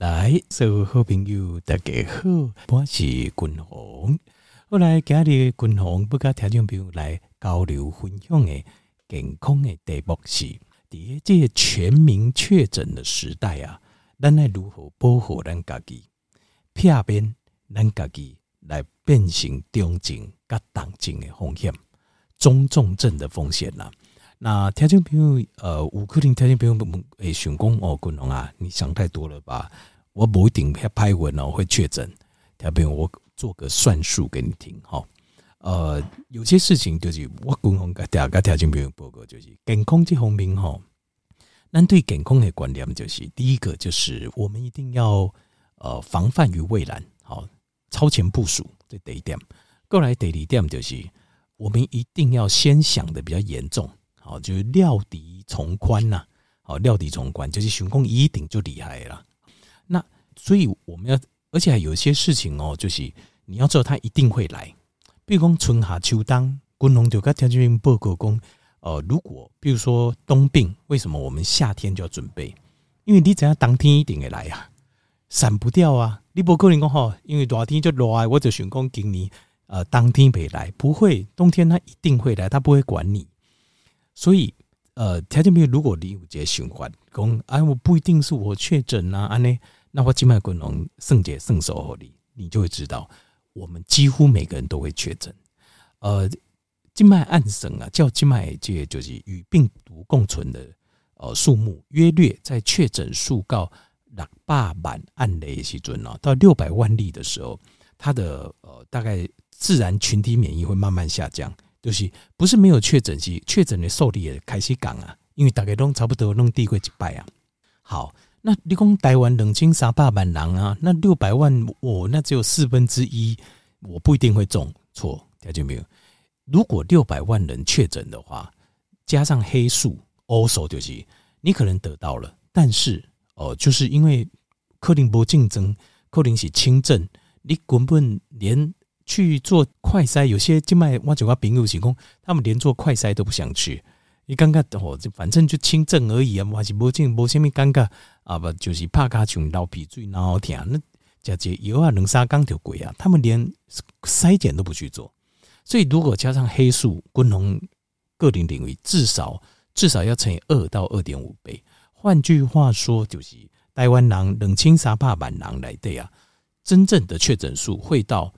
来，所有好朋友大家好，我是君鸿。后来今日君鸿要甲听众朋友来交流分享的健康的题目是：伫这个全民确诊的时代啊，咱要如何保护咱家己，避免咱家己来变成中症甲重症的风险，中重症的风险啦。那听众朋友，有可能听众朋友会想讲哦，君鸿啊，你想太多了吧？我不一定拍文哦会确诊。听众朋友，我做个算术给你听哈。有些事情就是我君鸿甲大家听众朋友报告，就是健康这方面哈，咱对健康的观念就是第一个就是我们一定要防范于未然，好，超前部署，这第一点。过来第二点就是我们一定要先想的比较严重。好，就是料敌从宽呐，好，料敌从宽就是想讲一定就厉害了啦。那所以我们要，而且还有一些事情哦，就是你要知道它一定会来。比如说春夏秋冬，君鸿就跟听众朋友报告讲，如果比如说冬病，为什么我们夏天就要准备？因为你知道当天一定会来啊，闪不掉啊。你不可能讲吼，因为热天就热啊，我就想讲今年当天没来，不会，冬天它一定会来，它不会管你。所以，听众朋友，如果你有这个想法，讲我不一定是我确诊啊，那我今麦君鸿算一个算数给你就会知道，我们几乎每个人都会确诊。今麦案省啊，叫今麦这个就是与病毒共存的数目，约略在确诊数到600万案例的时阵啊，到600万例的时候，它的大概自然群体免疫会慢慢下降。就是不是没有确诊，是确诊的受力也开始降啊，因为大家都差不多弄低过100啊。好，那你讲台湾2300万人啊，那600万那只有1/4，我不一定会中，错，听见没有？如果600万人确诊的话，加上黑数 ，also 就是你可能得到了，但是就是因为可能没竞争，可能是轻症，你根本连去做快筛，有些现在我就跟朋友是说，他们连做快筛都不想去。你感觉反正就轻症而已啊，还是没什么尴尬啊，不就是怕卡像流鼻水、脑痛，那吃这药啊，2-3天就过啊，他们连筛检都不去做。所以如果加上黑数，君鸿个人认为至少要乘以2到2.5倍。换句话说，就是台湾人2300万人来对啊，真正的确诊数会到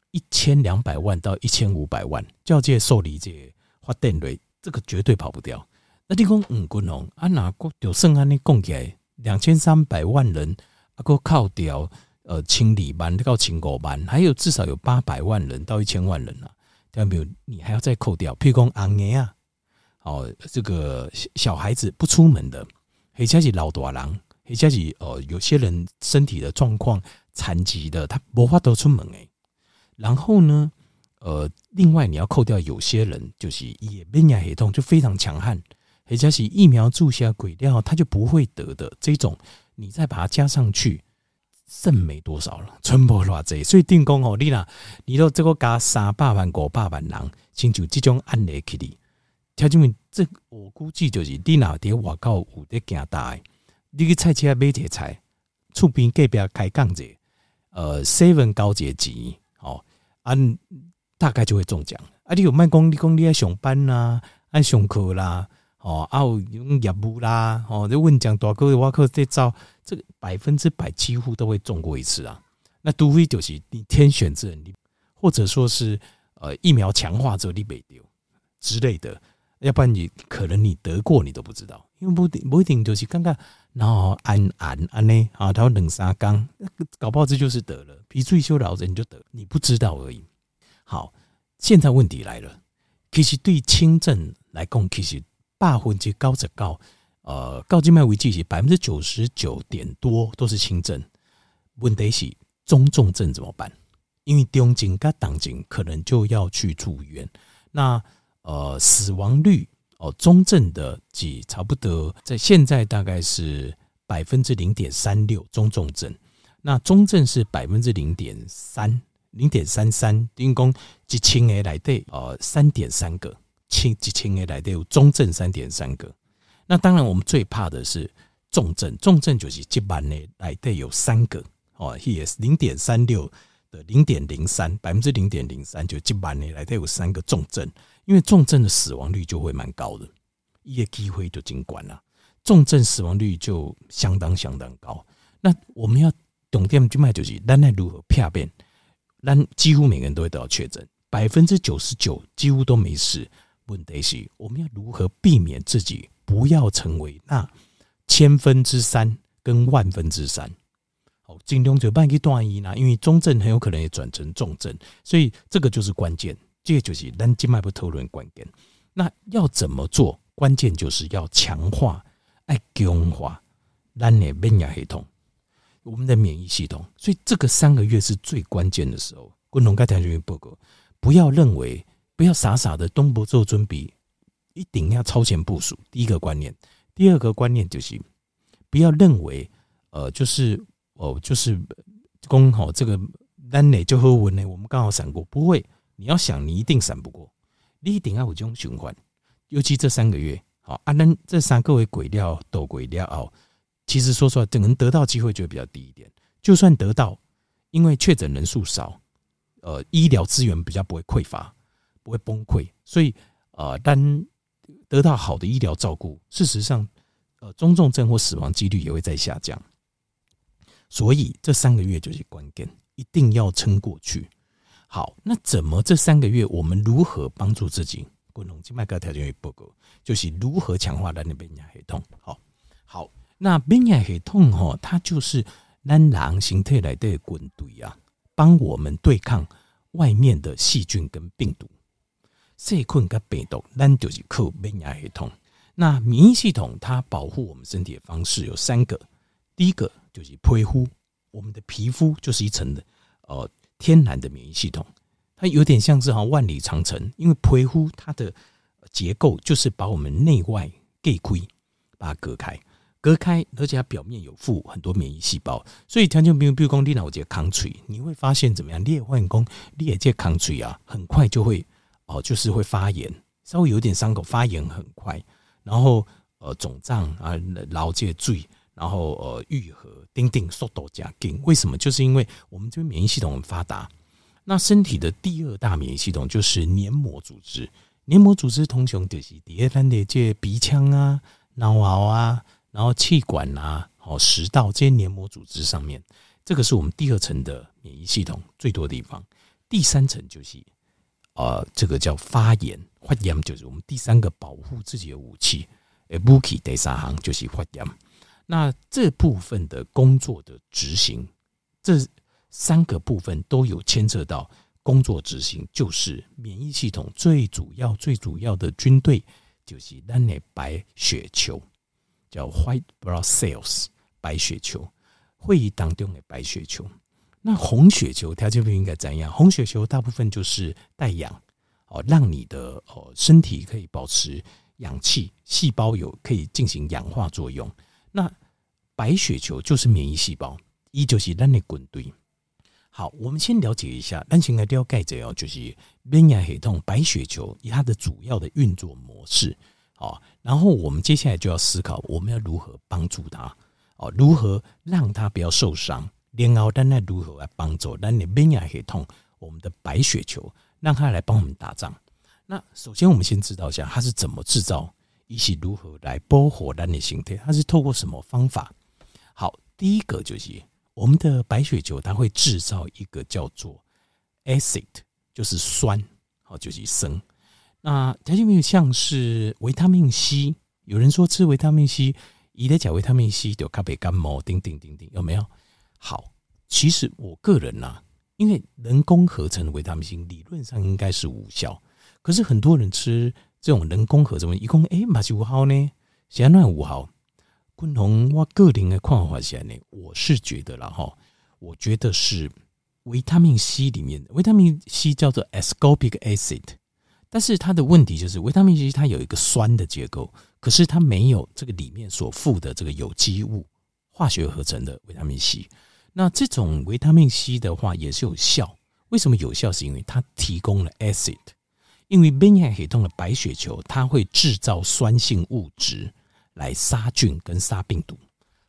1200万到1500万，叫这受理这发电率，这个绝对跑不掉。那你讲君鸿啊，哪个就算安尼讲起来，2300万人啊，个靠掉1200万到1500万，还有至少有800万人到1000万人啊。对没有？你还要再扣掉，譬如讲红年啊，这个小孩子不出门的，或者是老大人，或者是有些人身体的状况残疾的，他没法都出门诶。然后呢，另外你要扣掉有些人，就是免疫系统就非常强悍，或者是疫苗注射鬼料，他就不会得的这种，你再把它加上去，剩没多少了，全部偌济。所以定讲哦，你都这个加300万、500万人，亲像这种案例起哩，听众们，这我估计就是你若伫外口有在行大的，你去菜市买一个菜，厝边隔壁开讲者，7交一个钱。大概就会中奖啊！你有卖讲你在上班啦，爱上课啦，有业务啦，你问讲大哥我可这招，这个100%几乎都会中过一次啊。那除非就是你天选之人，或者说是疫苗强化之后你没丢之类的，要不然你可能你得过你都不知道，因为不一定就是刚刚然后安呢啊，他2-3天，搞不好这就是得了，皮最修老人你就得，你不知道而已。好，现在问题来了，其实对轻症来讲，其实99%到现在为止是99%点多都是轻症，问题是中重症怎么办？因为中症跟重症可能就要去住院，那死亡率中症的差不多在现在大概是0.36%中重症，那中症是0.33%，等于讲1000个内底3.3个，1000个内底有中症3.3个。那当然我们最怕的是重症，重症就是这班呢来的有3个哦，也是0.36的0.03%，0.03%就这班呢来的有3个重症，因为重症的死亡率就会蛮高的，一个机会就尽管了，重症死亡率就相当高。那我们要重点就卖就是咱来如何骗变，咱几乎每个人都会得到确诊，99%几乎都没事。问题是我们要如何避免自己不要成为那3%跟1/1000%，好，尽量就办去断医啦，因为中症很有可能也转成重症，所以这个就是关键，这个就是咱今麦不讨论关键。那要怎么做？关键就是要强化、强化咱的免疫系统，我们的免疫系统。所以这个3个月是最关键的时候。滚龙该谈就报告，不要认为。不要傻傻的东不做准备，一定要超前部署。第一个观念，第二个观念就是不要认为，就是讲好这个咱内就喝稳呢，我们刚好闪过，不会。你要想，你一定闪不过，你一定要有这种循环。尤其这3个月，好啊，咱这3个月鬼料斗鬼料哦，其实说出来，可能得到机会就会比较低一点。就算得到，因为确诊人数少，医疗资源比较不会匮乏。不会崩溃，所以当得到好的医疗照顾，事实上中重症或死亡几率也会在下降。所以这3个月就是关键，一定要撑过去。好，那怎么这3个月我们如何帮助自己？滚龙静脉条件报告就是如何强化咱的免疫系统。好，那免疫系统它就是咱人身体内的军队啊，帮我们对抗外面的细菌跟病毒。细菌跟病毒，咱就是靠免疫系统。那免疫系统它保护我们身体的方式有3个，第一个就是皮肤，我们的皮肤就是一层的天然的免疫系统，它有点像是万里长城，因为皮肤它的结构就是把我们内外隔开，把它隔开，而且它表面有附很多免疫细胞，所以条件比如说你有这个空嘴，你会发现怎么样？你也发现说你的这个空嘴啊，很快就会就是会发炎，稍微有点伤口发炎很快，然后肿胀啊，流这个水，然后愈合，速度加紧。为什么？就是因为我们这边免疫系统很发达。那身体的第2大免疫系统就是黏膜组织，黏膜组织通常就是在咱的这鼻腔啊、脑喉啊，然后气管啊、食道这些黏膜组织上面，这个是我们第2层的免疫系统最多的地方。第3层就是这个叫发炎，发炎就是我们第3个保护自己的武器，武器第3行就是发炎。那这部分的工作的执行，这3个部分都有牵涉到工作执行，就是免疫系统最主要的军队，就是咱的白血球，叫 white blood cells， 白血球，会议当中的白血球。那红血球条件应该怎样？红血球大部分就是带氧，让你的身体可以保持氧气，细胞可以进行氧化作用。那白血球就是免疫细胞，它就是咱的军队。好，我们先了解一下，咱先来了解这就是免疫系统白血球它的主要的运作模式。然后我们接下来就要思考，我们要如何帮助它，如何让它不要受伤。然后咱来如何来帮助咱的免疫系统，我们的白血球，让它来帮我们打仗。那首先我们先知道一下它是怎么制造，以及如何来保护咱的身体，它是透过什么方法。好，第一个就是我们的白血球它会制造一个叫做 acid， 就是酸，就是砷。那它就没有像是维他命 C， 有人说吃维他命 C， 他在讲维他命 C 就较不感冒，有没有？好，其实我个人因为人工合成的维他命 C 理论上应该是无效，可是很多人吃这种人工合成的，一共嘛是有效呢，现在有效。昆同我个人的看法是呢，我是觉得啦我觉得是维他命 C 里面的维他命 C 叫做 ascorbic acid， 但是它的问题就是维他命 C 它有一个酸的结构，可是它没有这个里面所附的这个有机物化学合成的维他命 C。那这种维他命 C 的话也是有效，为什么有效？是因为它提供了 acid， 因为免疫系统的白血球它会制造酸性物质来杀菌跟杀病毒，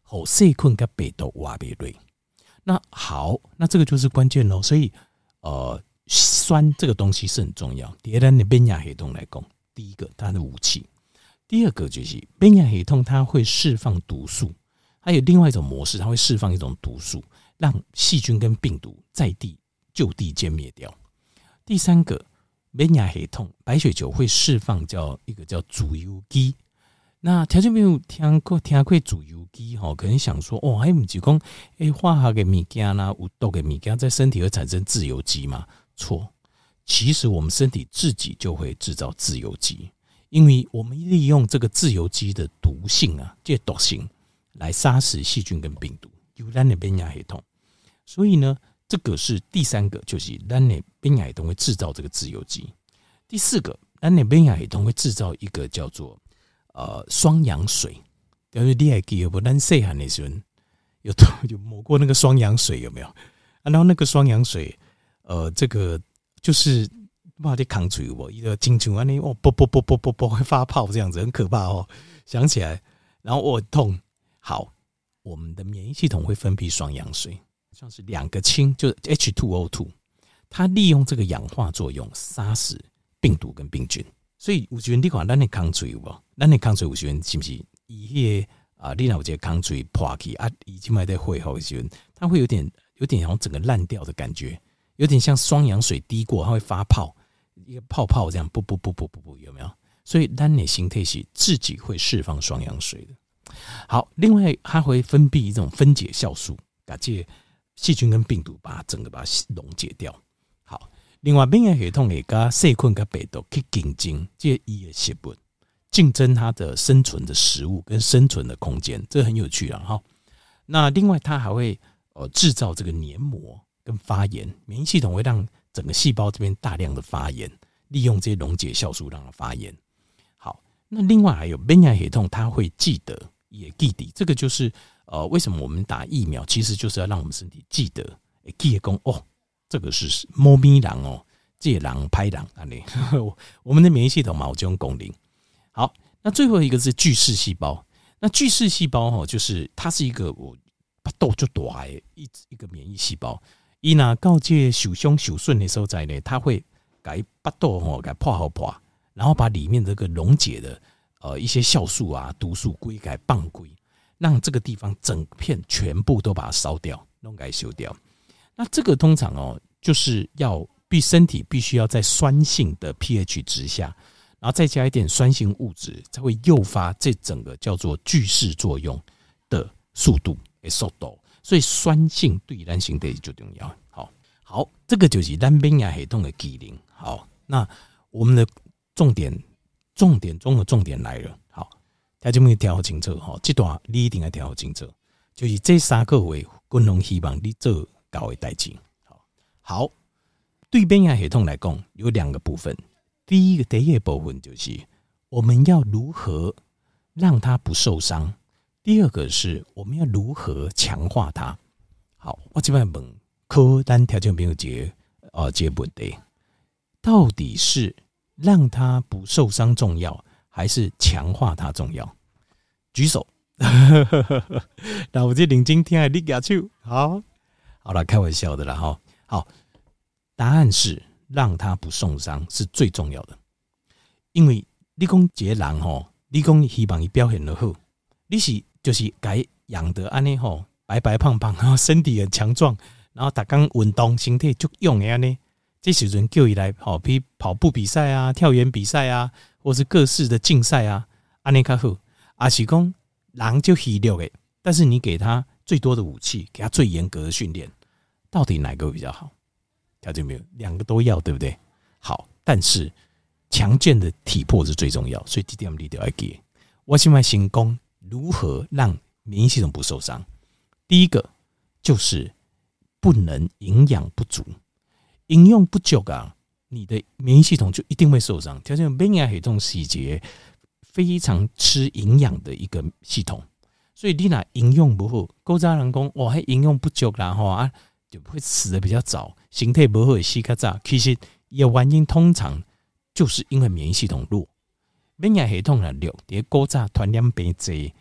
好细菌跟病毒活不落。那好，那这个就是关键咯。所以酸这个东西是很重要。对咱的免疫系统来讲，第一个它的武器，第二个就是免疫系统它会释放毒素，还有另外一种模式，它会释放一种毒素，让细菌跟病毒就地歼灭掉。第三个，免疫系统白血球会释放一个叫自由基。那条件没有听过自由基，可能想说还不是说化学的物件啦，有毒的物件在身体会产生自由基吗？错，其实我们身体自己就会制造自由基，因为我们利用这个自由基的毒性啊，这毒性来杀死细菌跟病毒，有咱的免疫系统。所以呢，这个是第三个，就是咱的免疫系统会制造这个自由基。第四个，咱的免疫系统会制造一个叫做双氧水。就是你还记得不？咱细汉的时候有抹过那个双氧水，有没有？然后那个双氧水，这个就是不知道你扛住不？一个金球安尼啵会发泡这样子，很可怕哦。想起来，然后我痛。好，我们的免疫系统会分泌双氧水，像是2个氢，就是 H2O2， 它利用这个氧化作用杀死病毒跟病菌。所以有时候你看咱的扛住有无？咱的扛住有时候是不是以迄个你若有一个扛住破去啊，已经在恢复的时候，它会有点好像整个烂掉的感觉，有点像双氧水滴过，它会发泡，一个泡泡这样，不，有没有？所以咱的身体是自己会释放双氧水的。好，另外它会分泌一种分解酵素，把这细菌跟病毒把它溶解掉。好，另外免疫系统会跟细菌跟病毒去竞争这伊的食物，竞争它的生存的食物跟生存的空间，这很有趣啊哈。那另外它还会制造这个黏膜跟发炎，免疫系统会让整个细胞这边大量的发炎，利用这些溶解酵素让它发炎。好，那另外还有免疫系统，它会记得。也记得，这个就是为什么我们打疫苗，其实就是要让我们身体记得，记得说这个是猫咪人哦，这人拍人啊，我们的免疫系统嘛，有这种功能。好，那最后一个是巨噬细胞。那巨噬细胞就是它是一个把肚就大的一个免疫细胞，伊那到这受伤受损的所在呢，它会把把肚给破，然后把里面这个溶解的。一些酵素啊、毒素归给棒归，让这个地方整片全部都把它烧掉，弄给修掉。那这个通常就是身体必须要在酸性的 pH 值下，然后再加一点酸性物质，才会诱发这整个叫做巨噬作用的速度。所以酸性对咱身体就重要。好，这个就是咱免疫系统的机能。好，那我们的重点中的重点来了。好，大家要调清楚这段你一定要调清楚，就是这3个月均拢希望你做到的代志。好，对免疫系统来讲有2个部分，第一个部分就是我们要如何让它不受伤，第二个是我们要如何强化它。好，我这边问可咱条件朋友这问题，到底是让它不受伤重要，还是强化它重要？举手。那我这认真听的你举手。好了，开玩笑的啦哈。好，答案是让它不受伤是最重要的。因为你讲一个人你讲希望他表现得好，你就是该养得安尼白白胖胖，然后身体很强壮，然后每天运动，身体就勇的安尼。这时阵叫伊来比跑步比赛啊、跳远比赛啊，或是各式的竞赛啊，安尼较好。还是讲人就虚弱的，但是你给他最多的武器，给他最严格的训练，到底哪个比较好？了解没有？2个都要，对不对？好，但是强健的体魄是最重要，所以这点你就要记得。我现在先讲如何让免疫系统不受伤。第一个就是不能营养不足。营养不足你的免疫系统就一定会受伤。条件免疫系统是一个非常吃营养的一个系统，所以你若营养不好，古早人讲哇，营养不足啦就会死得比较早，身体不好会死较早。其实原因通常就是因为免疫系统弱，免疫系统弱，在古早传染病多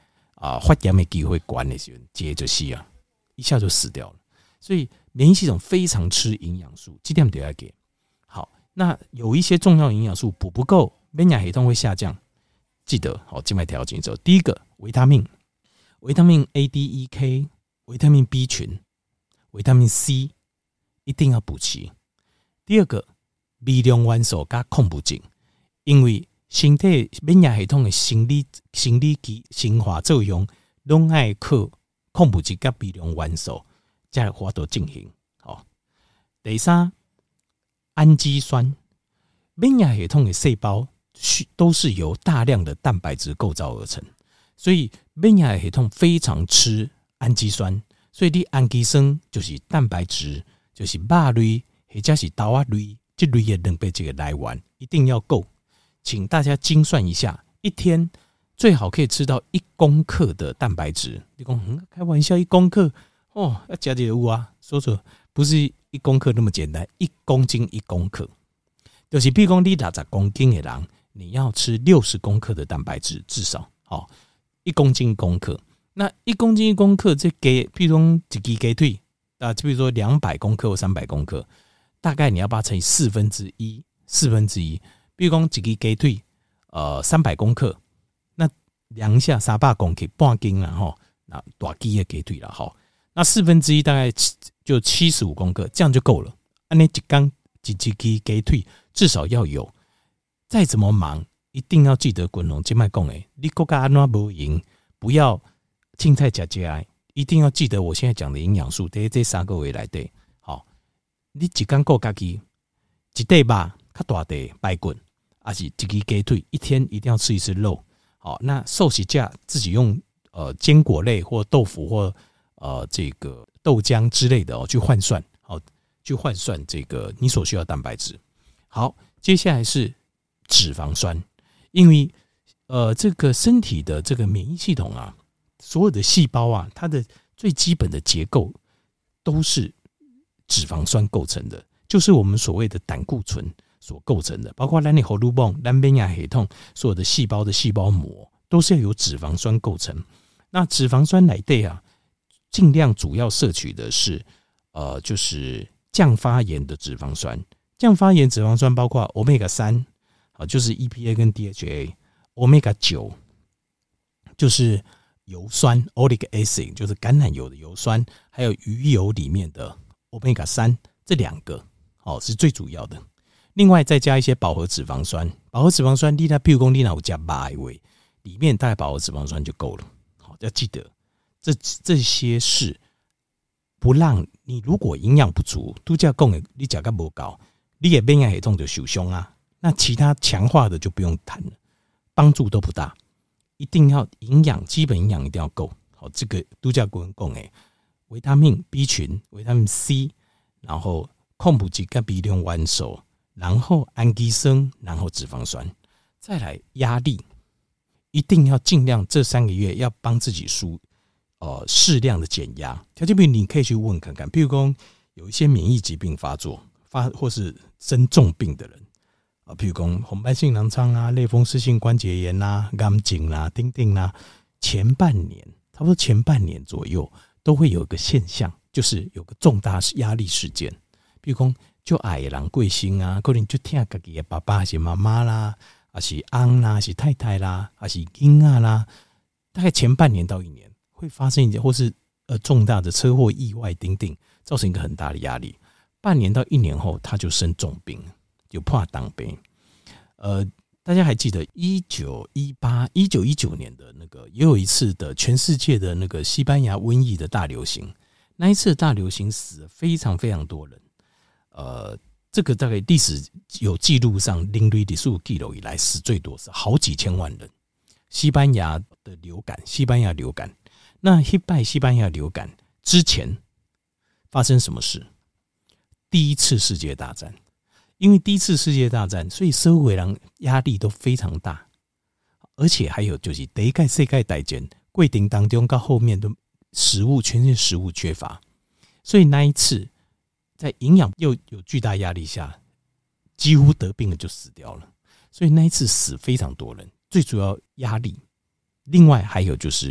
发炎的机会高的时候，接着死啊，一下就死掉了。所以免疫系统非常吃营养素，这点就要给好。那有一些重要营养素补不够，免疫系统会下降。记得好，静脉调节之后，第一个维他命 A、D、E、K、维他命 B 群、维他命 C 一定要补齐。第二个微量元素加矿物质，因为身体免疫系统的生理机生化作用，拢爱靠矿物质加微量元素才会法度进行。好，第三，氨基酸，免疫系统的细胞都是由大量的蛋白质构造而成，所以免疫系统非常吃氨基酸，所以你氨基酸就是蛋白质，就是肉类或者是豆仔类这类的蛋白质的来源一定要够。请大家精算一下，一天最好可以吃到1公克的蛋白质。你说开玩笑，1公克哦，要加点物啊？说不是1公克那么简单，1公斤1公克，就是比如说你60公斤的人，你要吃60公克的蛋白质，至少好1公斤1公克。那1公斤1公克，这给譬如说一支鸡腿啊，就比如说200公克或300公克，大概你要把它乘以1/4，比如说一支鸡腿300公克，那量一下300公克半斤啦吼，那大鸡的鸡腿啦吼，那1/4大概就75公克，这样就够了。按你一支鸡腿至少要有。再怎么忙，一定要记得滚龙这卖讲诶，你国家安怎不赢，不要青菜吃吃，一定要记得我现在讲的营养素，这3个月来对，好，你一天够自己一块肉较大的排骨，还是一支鸡腿，一天一定要吃一次肉。好，那寿喜架自己用坚果类或豆腐或这个豆浆之类的去换算，好，去换算这个你所需要的蛋白质。好，接下来是脂肪酸，因为这个身体的这个免疫系统啊，所有的细胞啊，它的最基本的结构都是脂肪酸构成的，就是我们所谓的胆固醇所构成的，包括咱的荷尔蒙、咱免疫系统所有的细胞的细胞膜都是要由脂肪酸构成。那脂肪酸来对啊，尽量主要摄取的是就是降发炎的脂肪酸。降发炎脂肪酸包括 Omega-3。就是 EPA 跟 DHA，Omega-9 就是油酸 Oleic acid， 就是橄榄油的油酸，还有鱼油里面的 Omega-3， 这2个是最主要的。另外再加一些饱和脂肪酸，饱和脂肪酸你譬如说你有加肉的话，里面大概饱和脂肪酸就够了。好，要记得这些是不让你如果营养不足，都叫讲的你吃得不够，你的免疫系统就受伤啊。那其他强化的就不用谈了，帮助都不大。一定要营养，基本营养一定要够。好，这个都叫国人讲诶，维他命 B 群、维他命 C， 然后矿物质跟微量元素，然后氨基酸，然后脂肪酸，再来压力，一定要尽量这3个月要帮自己适量的减压。条件比你可以去问看看，譬如说有一些免疫疾病发作或是生重病的人。譬如说红斑性狼疮啊、类风湿性关节炎啊、肝颈啊、丁丁啊，前半年差不多前半年左右都会有一个现象，就是有个重大压力事件，比如说就矮人过身啊，可能就听自己的爸爸还是妈妈啦，还是翁啦，还是太太啦，还是婴儿啦，大概前半年到1年会发生一件或是重大的车祸意外丁丁，造成一个很大的压力。半年到1年后，他就生重病。有怕当兵，大家还记得1919年的那个，也有一次的全世界的那个西班牙瘟疫的大流行。那一次的大流行死了非常非常多人，这个大概历史有记录上人类历史记录以来死最多是好几千万人。西班牙的流感，那西班牙流感之前发生什么事？第一次世界大战。因为第一次世界大战，所以所有人压力都非常大，而且还有就是第一次世界大战过程当中到后面的食物，全世界食物缺乏，所以那一次在营养又有巨大压力下，几乎得病了就死掉了。所以那一次死非常多人，最主要压力。另外还有就是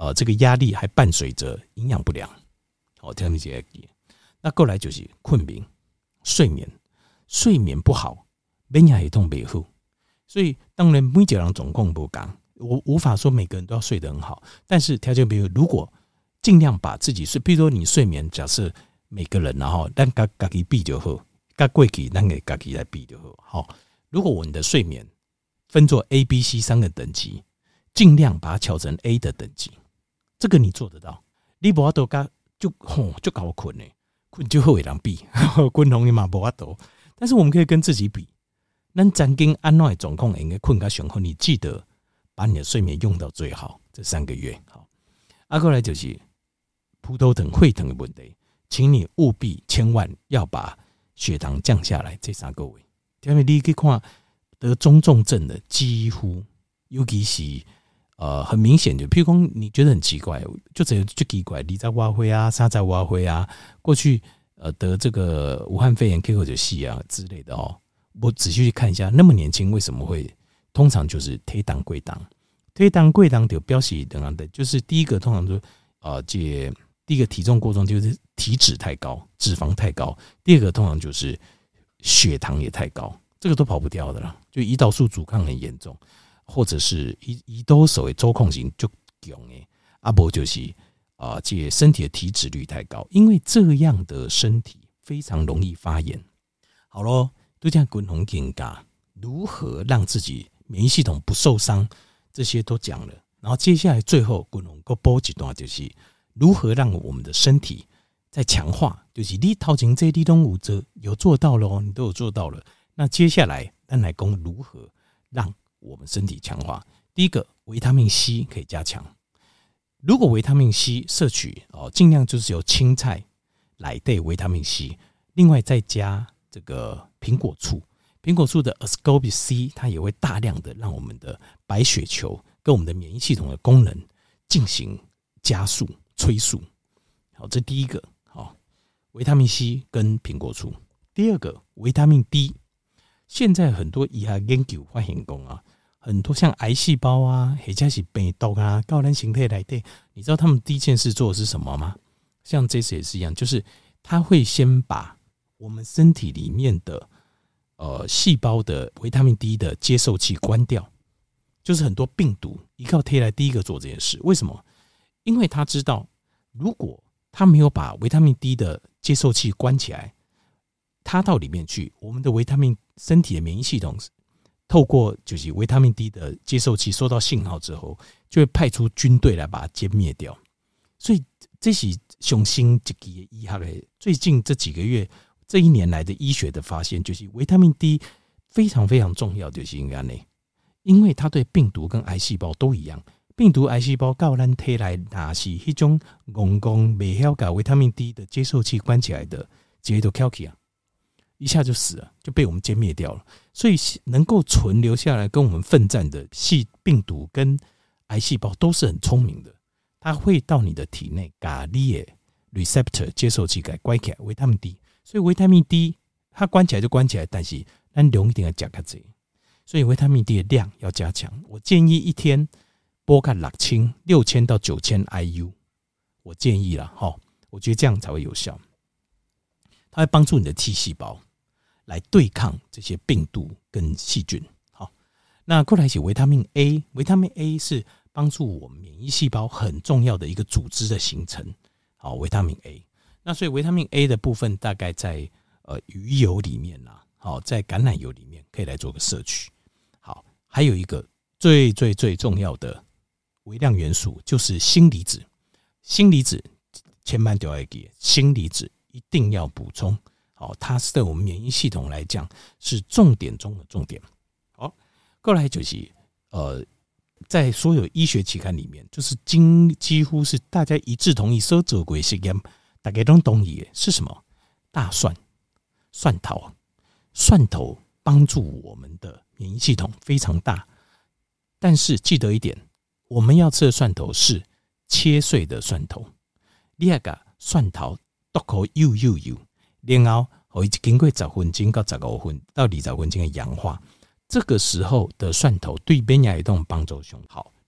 这个压力还伴随着营养不良，听你这个。那过来就是困眠、睡眠不好，免疫系统不好，所以当然每一个人状况不同，我无法说每个人都要睡得很好，但是条件比如如果尽量把自己比如说你睡眠，假设每个人然后咱自己比就好，跟过去咱给自己来比就好。如果我们的睡眠分作 A、B、C 3个等级，尽量把它调成 A 的等级，这个你做得到。你不要都就搞困呢，困就会人比，困容易嘛不要多。但是我们可以跟自己比，咱曾经安怎的状况应该困较上好，你记得把你的睡眠用到最好，这3个月。好，过来就是葡萄糖、血糖的问题，请你务必千万要把血糖降下来。这3个月，因为你去看得中重症的几乎，尤其是很明显的，譬如说你觉得很奇怪，就奇怪，20多岁啊，30多岁啊，过去得这个武汉肺炎 K 或者系啊之类的我仔细去看一下，那么年轻为什么会？通常就是体重过重就表示怎样的？就是第一个通常就第一个体重过重就是体脂太高，脂肪太高；第二个通常就是血糖也太高，这个都跑不掉的啦。就胰岛素阻抗很严重，或者是胰岛素的周控型就强的，不就是这身体的体脂率太高，因为这样的身体非常容易发炎。好咯，都这样滚红警告，如何让自己免疫系统不受伤，这些都讲了。然后接下来最后滚红够播几段就是如何让我们的身体再强化，就是你头前这些都有做到了你都有做到了。那接下来咱来讲如何让我们身体强化。第一个，维他命 C 可以加强。如果维他命 C 摄取尽量就是由青菜来对维他命 C， 另外再加这个苹果醋的 ascorbic C， 它也会大量的让我们的白血球跟我们的免疫系统的功能进行加速催速。好，这第一个，维他命 C 跟苹果醋。第二个，维他命 D。现在很多医学研究发现很多像癌细胞啊，或者是病毒啊，到咱身体来的，你知道他们第一件事做的是什么吗？像这次也是一样，就是他会先把我们身体里面的细胞的维他命 D 的接受器关掉，就是很多病毒依靠贴来第一个做这件事。为什么？因为他知道，如果他没有把维他命 D 的接受器关起来，它到里面去，我们的维他命身体的免疫系统透过就是维他命 D 的接受器收到信号之后，就会派出军队来把它歼灭掉。所以这是上新一期的医学的最近这几个月这1年来的医学的发现，就是维他命 D 非常非常重要，就是因为它对病毒跟癌细胞都一样。病毒癌细胞到咱体内若是迄种不晓把维他命 D 的接受器关起来的，直接就翘起一下就死了，就被我们歼灭掉了。所以能够存留下来跟我们奋战的病毒跟癌细胞都是很聪明的，它会到你的体内把你的 receptor 接受器给关起来，维他命 D。所以维他命 D 它关起来就关起来，但是咱量一定要加较多，所以维他命 D 的量要加强。我建议一天拨个6000到9000 IU， 我建议啦，我觉得这样才会有效。它会帮助你的 T 细胞来对抗这些病毒跟细菌。好，那过来是维他命 A， 维他命 A 是帮助我们免疫细胞很重要的一个组织的形成。好，维他命 A， 那所以维他命 A 的部分大概在鱼油里面啦，好，在橄榄油里面可以来做个摄取。好，还有一个最重要的微量元素就是锌离子。锌离子千万都要记，锌离子一定要补充。好，它是对我们免疫系统来讲是重点中的重点。好，过来就是在所有医学期刊里面，就是几乎是大家一致同意所做过的实验，大家都同意的是什么？大蒜、蒜头帮助我们的免疫系统非常大。但是记得一点，我们要吃的蒜头是切碎的蒜头，你要把蒜头剁开幼，然后会经过10分钟到15分到20分钟的氧化，这个时候的蒜头对免疫系统帮助上好。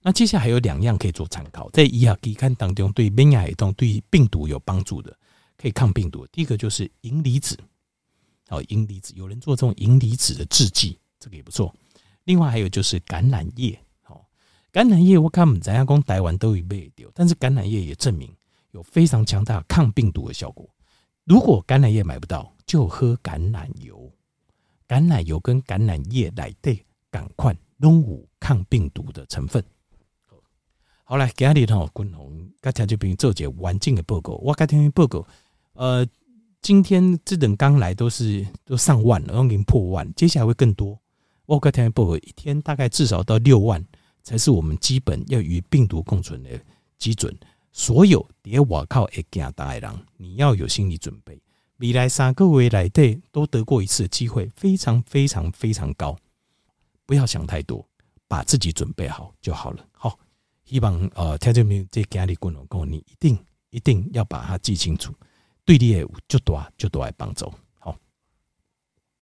那接下来还有2样可以做参考，在医学期刊当中对免疫系统对病毒有帮助的，可以抗病毒的。第一个就是银离子，银离子有人做这种银离子的制剂，这个也不错。另外还有就是橄榄叶，橄榄叶我看不知道说台湾都有卖到，但是橄榄叶也证明有非常强大抗病毒的效果。如果橄榄叶买不到，就喝橄榄油，橄榄油跟橄榄叶内底赶快都有抗病毒的成分。好来，今日吼，君鸿跟听众朋友做一个完整的报告。我跟听众报告，今天这等刚来都上万了，都已经破万，接下来会更多。我跟听众报告，一天大概至少到6万，才是我们基本要与病毒共存的基准。所有在外口会行大的人，你要有心理准备，未来3个月内底都得过一次的机会，非常非常非常高。不要想太多，把自己准备好就好了。好。希望听众朋友这今日君鸿讲，你一定要把它记清楚，对你有很大的帮助。